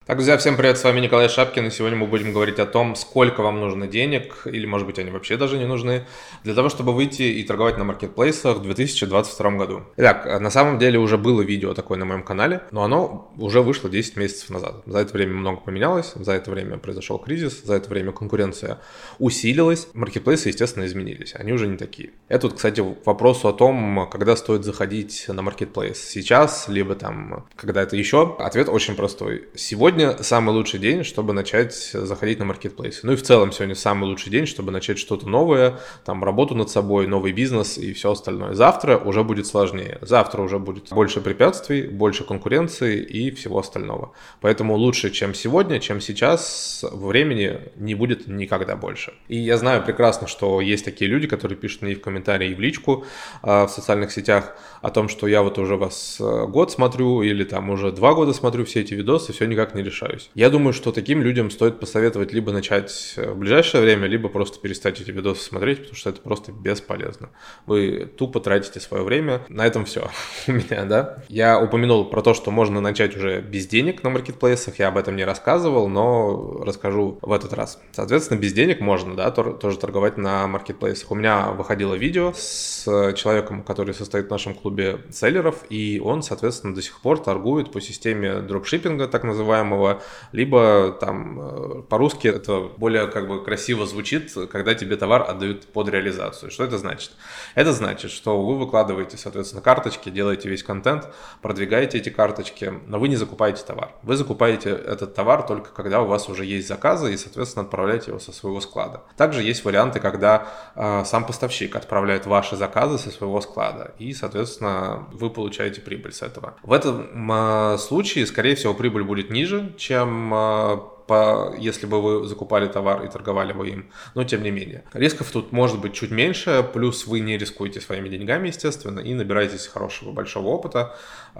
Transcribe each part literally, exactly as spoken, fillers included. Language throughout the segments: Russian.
Так, друзья, всем привет, с вами Николай Шапкин, и сегодня мы будем говорить о том, сколько вам нужно денег, или, может быть, они вообще даже не нужны, для того, чтобы выйти и торговать на маркетплейсах в две тысячи двадцать втором году. Итак, на самом деле уже было видео такое на моем канале, но оно уже вышло десять месяцев назад. За это время много поменялось, за это время произошел кризис, за это время конкуренция усилилась, маркетплейсы, естественно, изменились, они уже не такие. Это вот, кстати, к вопросу о том, когда стоит заходить на маркетплейс, сейчас, либо там, когда это еще, ответ очень простой. Сегодня самый лучший день, чтобы начать заходить на маркетплейсы. Ну и в целом сегодня самый лучший день, чтобы начать что-то новое, там работу над собой, новый бизнес и все остальное. Завтра уже будет сложнее. Завтра уже будет больше препятствий, больше конкуренции и всего остального. Поэтому лучше, чем сегодня, чем сейчас, времени не будет никогда больше. И я знаю прекрасно, что есть такие люди, которые пишут мне и в комментарии, и в личку э, в социальных сетях о том, что я вот уже вас год смотрю или там уже два года смотрю все эти видосы, все никак не решаюсь. Я думаю, что таким людям стоит посоветовать либо начать в ближайшее время, либо просто перестать эти видосы смотреть, потому что это просто бесполезно. Вы тупо тратите свое время. На этом все у меня, да. Я упомянул про то, что можно начать уже без денег на маркетплейсах, я об этом не рассказывал, но расскажу в этот раз. Соответственно, без денег можно, да, тоже торговать на маркетплейсах. У меня выходило видео с человеком, который состоит в нашем клубе селлеров, и он, соответственно, до сих пор торгует по системе дропшиппинга, так называемого, либо там по-русски это более как бы красиво звучит, когда тебе товар отдают под реализацию. Что это значит? Это значит, что вы выкладываете, соответственно, карточки, делаете весь контент, продвигаете эти карточки, но вы не закупаете товар. Вы закупаете этот товар только когда у вас уже есть заказы и, соответственно, отправляете его со своего склада. Также есть варианты, когда э, сам поставщик отправляет ваши заказы со своего склада и, соответственно, вы получаете прибыль с этого. В этом э, случае, скорее всего, прибыль будет ниже, чем по, если бы вы закупали товар и торговали бы им, но тем не менее. Рисков тут может быть чуть меньше, плюс вы не рискуете своими деньгами, естественно, и набираетесь хорошего большого опыта,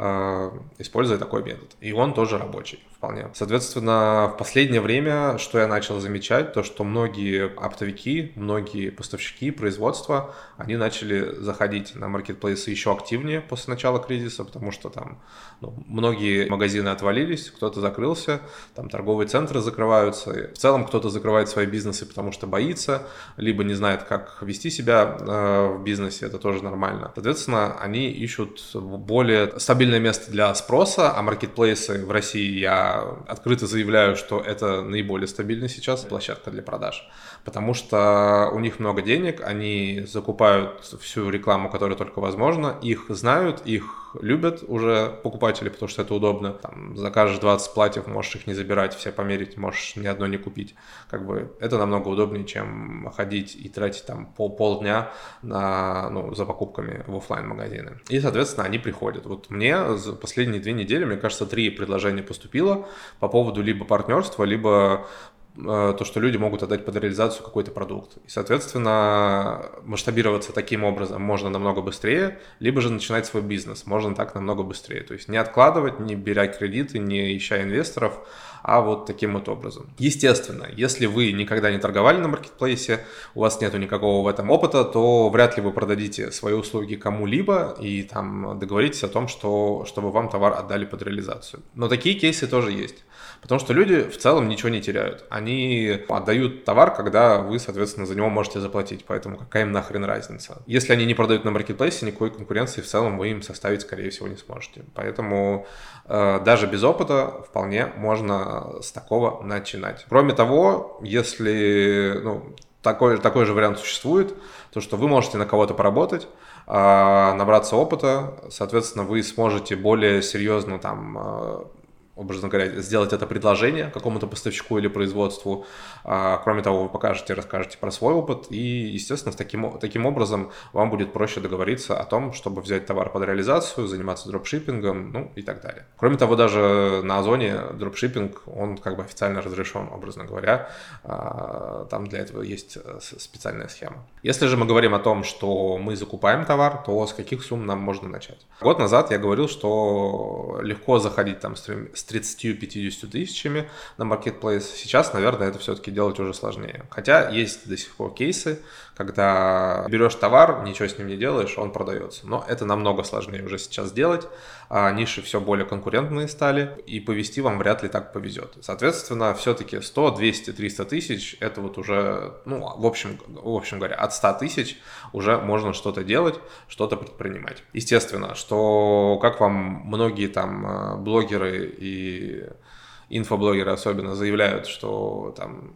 э, используя такой метод. И он тоже рабочий вполне. Соответственно, в последнее время, что я начал замечать, то что многие оптовики, многие поставщики, производства, они начали заходить на маркетплейсы еще активнее после начала кризиса, потому что там ну, многие магазины отвалились, кто-то закрылся, там торговые центры закрываются. В целом кто-то закрывает свои бизнесы, потому что боится, либо не знает, как вести себя э, в бизнесе, это тоже нормально. Соответственно, они ищут более стабильное место для спроса, а маркетплейсы в России, я открыто заявляю, что это наиболее стабильная сейчас площадка для продаж, потому что у них много денег, они закупают всю рекламу, которая только возможно, их знают, их любят уже покупатели, потому что это удобно. Там, закажешь двадцать платьев, можешь их не забирать, все померить, можешь ни одно не купить. Как бы это намного удобнее, чем ходить и тратить там пол, полдня на, ну, за покупками в офлайн-магазины. И, соответственно, они приходят. Вот мне за последние две недели, мне кажется, три предложения поступило по поводу либо партнерства, либо то, что люди могут отдать под реализацию какой-то продукт. И, соответственно, масштабироваться таким образом можно намного быстрее, либо же начинать свой бизнес можно так намного быстрее. То есть не откладывать, не беря кредиты, не ища инвесторов, а вот таким вот образом. Естественно, если вы никогда не торговали на маркетплейсе, у вас нету никакого в этом опыта, то вряд ли вы продадите свои услуги кому-либо и там договоритесь о том, что, чтобы вам товар отдали под реализацию. Но такие кейсы тоже есть. Потому что люди в целом ничего не теряют. Они отдают товар, когда вы, соответственно, за него можете заплатить. Поэтому какая им нахрен разница? Если они не продают на маркетплейсе, никакой конкуренции в целом вы им составить, скорее всего, не сможете. Поэтому э, даже без опыта вполне можно с такого начинать. Кроме того, если ну, такой, такой же вариант существует, то что вы можете на кого-то поработать, э, набраться опыта, соответственно, вы сможете более серьезно там... Э, образно говоря, сделать это предложение какому-то поставщику или производству. А, кроме того, вы покажете, расскажете про свой опыт, и, естественно, таким, таким образом вам будет проще договориться о том, чтобы взять товар под реализацию, заниматься дропшиппингом, ну и так далее. Кроме того, даже на Озоне дропшиппинг, он как бы официально разрешен, образно говоря. А, там для этого есть специальная схема. Если же мы говорим о том, что мы закупаем товар, то с каких сумм нам можно начать? Год назад я говорил, что легко заходить там с тридцатью-пятьюдесятью тысячами на Marketplace. Сейчас, наверное, это все-таки делать уже сложнее. Хотя есть до сих пор кейсы, когда берешь товар, ничего с ним не делаешь, он продается. Но это намного сложнее уже сейчас делать. А ниши все более конкурентные стали, и повезти вам вряд ли так повезет. Соответственно, все-таки сто, двести, триста тысяч – это вот уже, ну, в общем, в общем говоря, от ста тысяч уже можно что-то делать, что-то предпринимать. Естественно, что, как вам многие там блогеры и инфоблогеры особенно заявляют, что там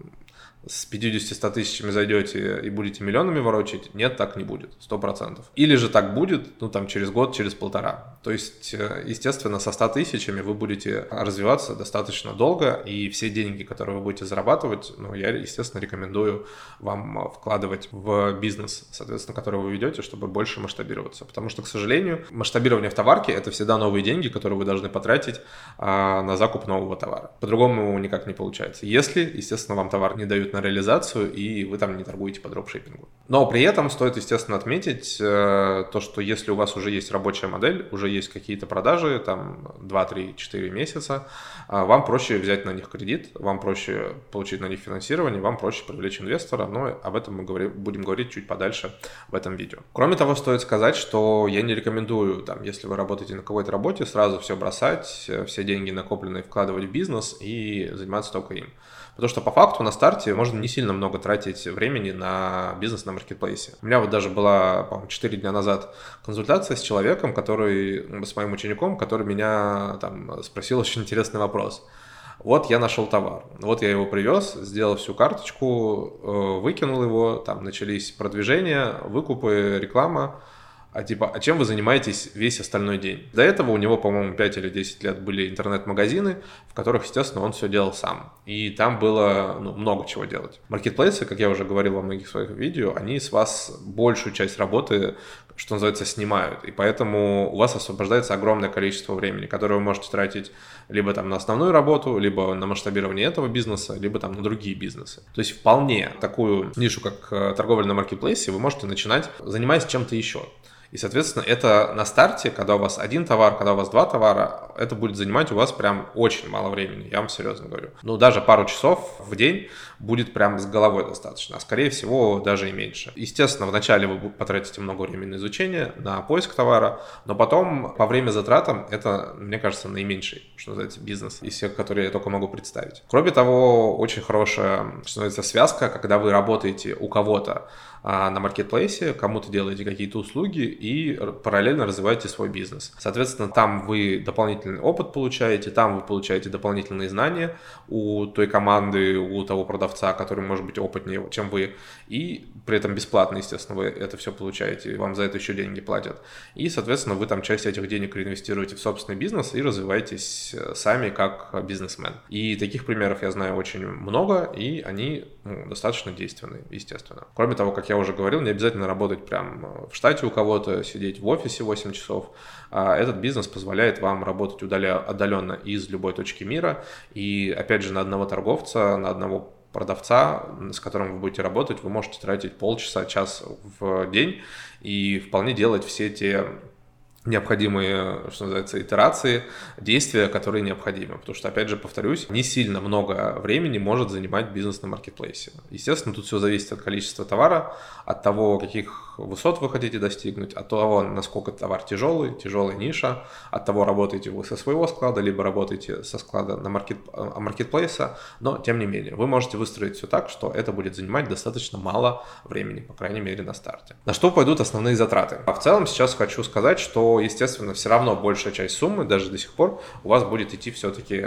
с пятьюдесятью-ста тысячами зайдете и будете миллионами ворочать, нет, так не будет, сто процентов. Или же так будет, ну там через год, через полтора. То есть, естественно, со ста тысячами вы будете развиваться достаточно долго, и все деньги, которые вы будете зарабатывать, ну я, естественно, рекомендую вам вкладывать в бизнес, соответственно, который вы ведете, чтобы больше масштабироваться. Потому что, к сожалению, масштабирование в товарке – это всегда новые деньги, которые вы должны потратить а, на закуп нового товара. По-другому никак не получается. Если, естественно, вам товар не дают на реализацию, и вы там не торгуете по дропшиппингу. Но при этом стоит, естественно, отметить э, то, что если у вас уже есть рабочая модель, уже есть какие-то продажи, там два, три, четыре месяца, э, вам проще взять на них кредит, вам проще получить на них финансирование, вам проще привлечь инвестора, но об этом мы говорим, будем говорить чуть подальше в этом видео. Кроме того, стоит сказать, что я не рекомендую, там, если вы работаете на какой-то работе, сразу все бросать, все деньги накопленные вкладывать в бизнес и заниматься только им. Потому что по факту на старте можно не сильно много тратить времени на бизнес на маркетплейсе. У меня вот даже была, по-моему, четыре дня назад консультация с человеком, который, с моим учеником, который меня там спросил очень интересный вопрос. Вот я нашел товар, вот я его привез, сделал всю карточку, выкинул его, там начались продвижения, выкупы, реклама. А типа, а чем вы занимаетесь весь остальной день? До этого у него, по-моему, пять или десять лет были интернет-магазины, в которых, естественно, он все делал сам. И там было ну, много чего делать. Маркетплейсы, как я уже говорил во многих своих видео, они с вас большую часть работы, что называется, снимают. И поэтому у вас освобождается огромное количество времени, которое вы можете тратить либо там на основную работу, либо на масштабирование этого бизнеса, либо там на другие бизнесы. То есть вполне такую нишу, как торговля на маркетплейсе, вы можете начинать, занимаясь чем-то еще. И, соответственно, это на старте, когда у вас один товар, когда у вас два товара, это будет занимать у вас прям очень мало времени, я вам серьезно говорю. Ну, даже пару часов в день будет прям с головой достаточно, а скорее всего даже и меньше. Естественно, вначале вы потратите много времени на изучение, на поиск товара, но потом по время затратам это, мне кажется, наименьший, что называется, бизнес из всех, которые я только могу представить. Кроме того, очень хорошая, что называется, связка, когда вы работаете у кого-то на маркетплейсе, кому-то делаете какие-то услуги и параллельно развиваете свой бизнес. Соответственно, там вы дополнительный опыт получаете, там вы получаете дополнительные знания у той команды, у того продавца, который может быть опытнее, чем вы, и при этом бесплатно, естественно, вы это все получаете, и вам за это еще деньги платят. И, соответственно, вы там часть этих денег реинвестируете в собственный бизнес и развиваетесь сами как бизнесмен. И таких примеров я знаю очень много, и они ну, достаточно действенны, естественно. Кроме того, как я уже говорил, не обязательно работать прям в штате у кого-то, сидеть в офисе восемь часов. Этот бизнес позволяет вам работать удаленно из любой точки мира. И опять же, на одного торговца, на одного продавца, с которым вы будете работать, вы можете тратить полчаса, час в день и вполне делать все те необходимые, что называется, итерации, действия, которые необходимы. Потому что, опять же, повторюсь, не сильно много времени может занимать бизнес на маркетплейсе. Естественно, тут все зависит от количества товара, от того, каких высот вы хотите достигнуть, от того, насколько товар тяжелый, тяжелая ниша, от того, работаете вы со своего склада, либо работаете со склада на маркет, маркетплейса, но, тем не менее, вы можете выстроить все так, что это будет занимать достаточно мало времени, по крайней мере, на старте. На что пойдут основные затраты? А в целом сейчас хочу сказать, что естественно, все равно большая часть суммы, даже до сих пор, у вас будет идти все-таки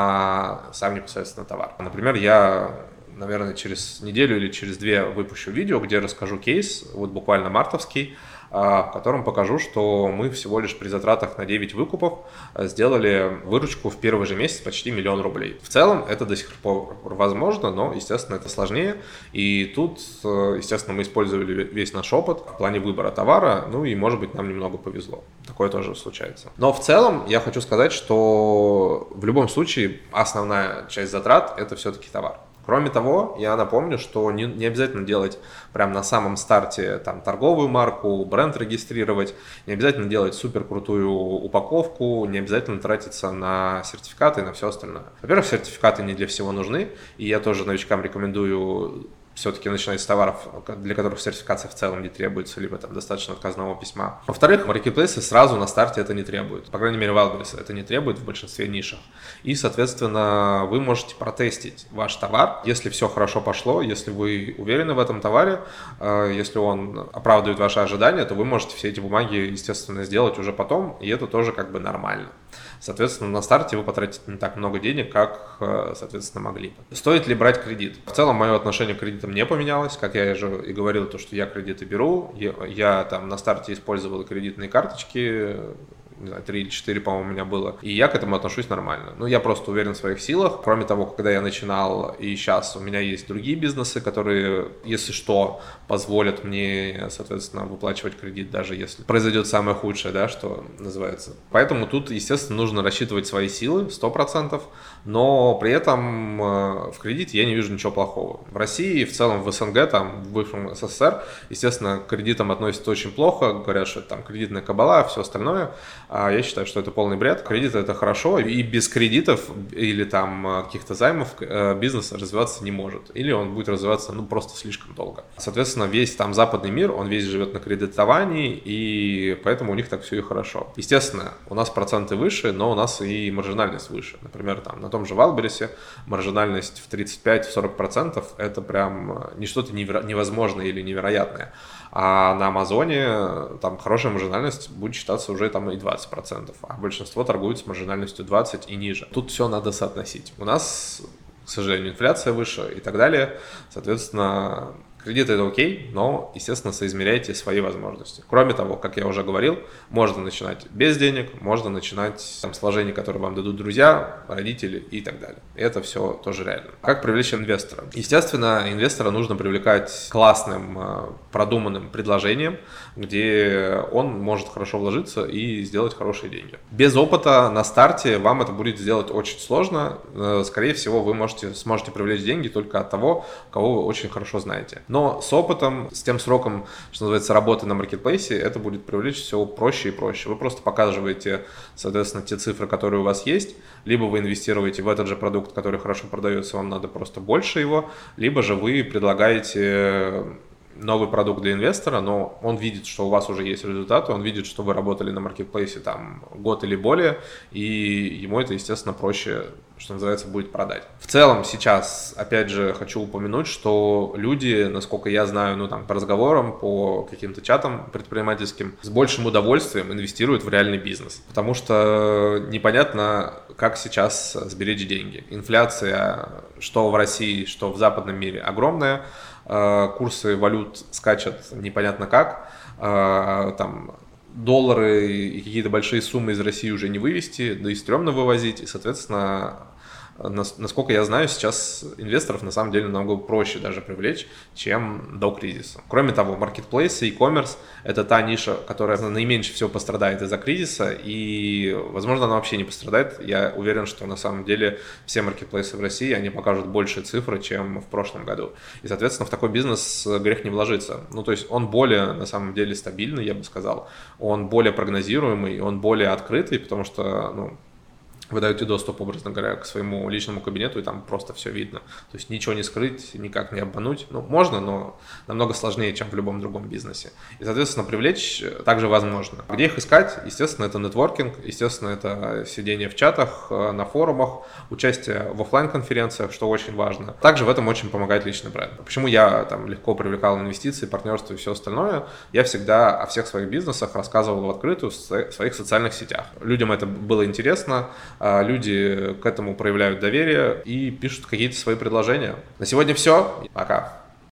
на сам непосредственно товар. Например, я, наверное, через неделю или через две выпущу видео, где расскажу кейс, вот буквально мартовский, в котором покажу, что мы всего лишь при затратах на девять выкупов сделали выручку в первый же месяц почти миллион рублей. В целом это до сих пор возможно, но, естественно, это сложнее. И тут, естественно, мы использовали весь наш опыт в плане выбора товара, ну и, может быть, нам немного повезло. Такое тоже случается. Но в целом я хочу сказать, что в любом случае основная часть затрат – это все-таки товар. Кроме того, я напомню, что не, не обязательно делать прямо на самом старте там, торговую марку, бренд регистрировать, не обязательно делать супер крутую упаковку, не обязательно тратиться на сертификаты и на все остальное. Во-первых, сертификаты не для всего нужны, и я тоже новичкам рекомендую все-таки начинать с товаров, для которых сертификация в целом не требуется, либо там достаточно отказного письма. Во-вторых, маркетплейсы сразу на старте это не требуют. По крайней мере, Wildberries это не требует в большинстве нишах. И, соответственно, вы можете протестить ваш товар. Если все хорошо пошло, если вы уверены в этом товаре, если он оправдывает ваши ожидания, то вы можете все эти бумаги, естественно, сделать уже потом, и это тоже как бы нормально. Соответственно, на старте вы потратите не так много денег, как, соответственно, могли бы. Стоит ли брать кредит? В целом, мое отношение к кредитам не поменялось. Как я же и говорил, то, что я кредиты беру. Я, я там на старте использовал кредитные карточки, не знаю, три или четыре, по-моему, у меня было. И я к этому отношусь нормально. Ну, я просто уверен в своих силах. Кроме того, когда я начинал и сейчас у меня есть другие бизнесы, которые, если что, позволят мне, соответственно, выплачивать кредит, даже если произойдет самое худшее, да, что называется. Поэтому тут, естественно, нужно рассчитывать свои силы, сто процентов, но при этом в кредите я не вижу ничего плохого. В России, в целом в СНГ, там, в бывшем СССР, естественно, к кредитам относятся очень плохо, говорят, что это там кредитная кабала, все остальное. А я считаю, что это полный бред. Кредиты — это хорошо, и без кредитов или там каких-то займов бизнес развиваться не может. Или он будет развиваться, ну, просто слишком долго. Соответственно, весь там западный мир, он весь живет на кредитовании, и поэтому у них так все и хорошо. Естественно, у нас проценты выше, но у нас и маржинальность выше. Например, там на том же Wildberries маржинальность в тридцать пять - сорок процентов — это прям не что-то невозможное или невероятное. А на Амазоне там хорошая маржинальность будет считаться уже там и двадцать процентов, а большинство торгуют с маржинальностью двадцать и ниже. Тут все надо соотносить. У нас, к сожалению, инфляция выше и так далее. Соответственно, кредиты — это окей, но, естественно, соизмеряйте свои возможности. Кроме того, как я уже говорил, можно начинать без денег, можно начинать там, с вложений, которые вам дадут друзья, родители и так далее. Это все тоже реально. Как привлечь инвестора? Естественно, инвестора нужно привлекать классным, продуманным предложением, где он может хорошо вложиться и сделать хорошие деньги. Без опыта на старте вам это будет сделать очень сложно. Скорее всего, вы можете, сможете привлечь деньги только от того, кого вы очень хорошо знаете. Но с опытом, с тем сроком, что называется, работы на маркетплейсе, это будет привлечь все проще и проще. Вы просто показываете, соответственно, те цифры, которые у вас есть, либо вы инвестируете в этот же продукт, который хорошо продается, вам надо просто больше его, либо же вы предлагаете новый продукт для инвестора, но он видит, что у вас уже есть результаты, он видит, что вы работали на маркетплейсе там год или более, и ему это, естественно, проще, что называется, будет продать. В целом сейчас, опять же, хочу упомянуть, что люди, насколько я знаю, ну там по разговорам, по каким-то чатам предпринимательским, с большим удовольствием инвестируют в реальный бизнес, потому что непонятно, как сейчас сберечь деньги. Инфляция, что в России, что в западном мире, огромная. Курсы валют скачут непонятно как, там доллары и какие-то большие суммы из России уже не вывести, да и стрёмно вывозить, и, соответственно, насколько я знаю, сейчас инвесторов на самом деле намного проще даже привлечь, чем до кризиса. Кроме того, маркетплейсы, e-commerce – это та ниша, которая наименьше всего пострадает из-за кризиса, и, возможно, она вообще не пострадает. Я уверен, что на самом деле все маркетплейсы в России, они покажут большие цифры, чем в прошлом году. И, соответственно, в такой бизнес грех не вложиться. Ну, то есть он более, на самом деле, стабильный, я бы сказал, он более прогнозируемый, он более открытый, потому что, ну, вы даете доступ, образно говоря, к своему личному кабинету, и там просто все видно. То есть ничего не скрыть, никак не обмануть. Ну, можно, но намного сложнее, чем в любом другом бизнесе. И, соответственно, привлечь также возможно. Где их искать? Естественно, это нетворкинг, естественно, это сидение в чатах, на форумах, участие в офлайн-конференциях, что очень важно. Также в этом очень помогает личный бренд. Почему я там легко привлекал инвестиции, партнерство и все остальное? Я всегда о всех своих бизнесах рассказывал в открытую в своих социальных сетях. Людям это было интересно, люди к этому проявляют доверие и пишут какие-то свои предложения. На сегодня все. Пока.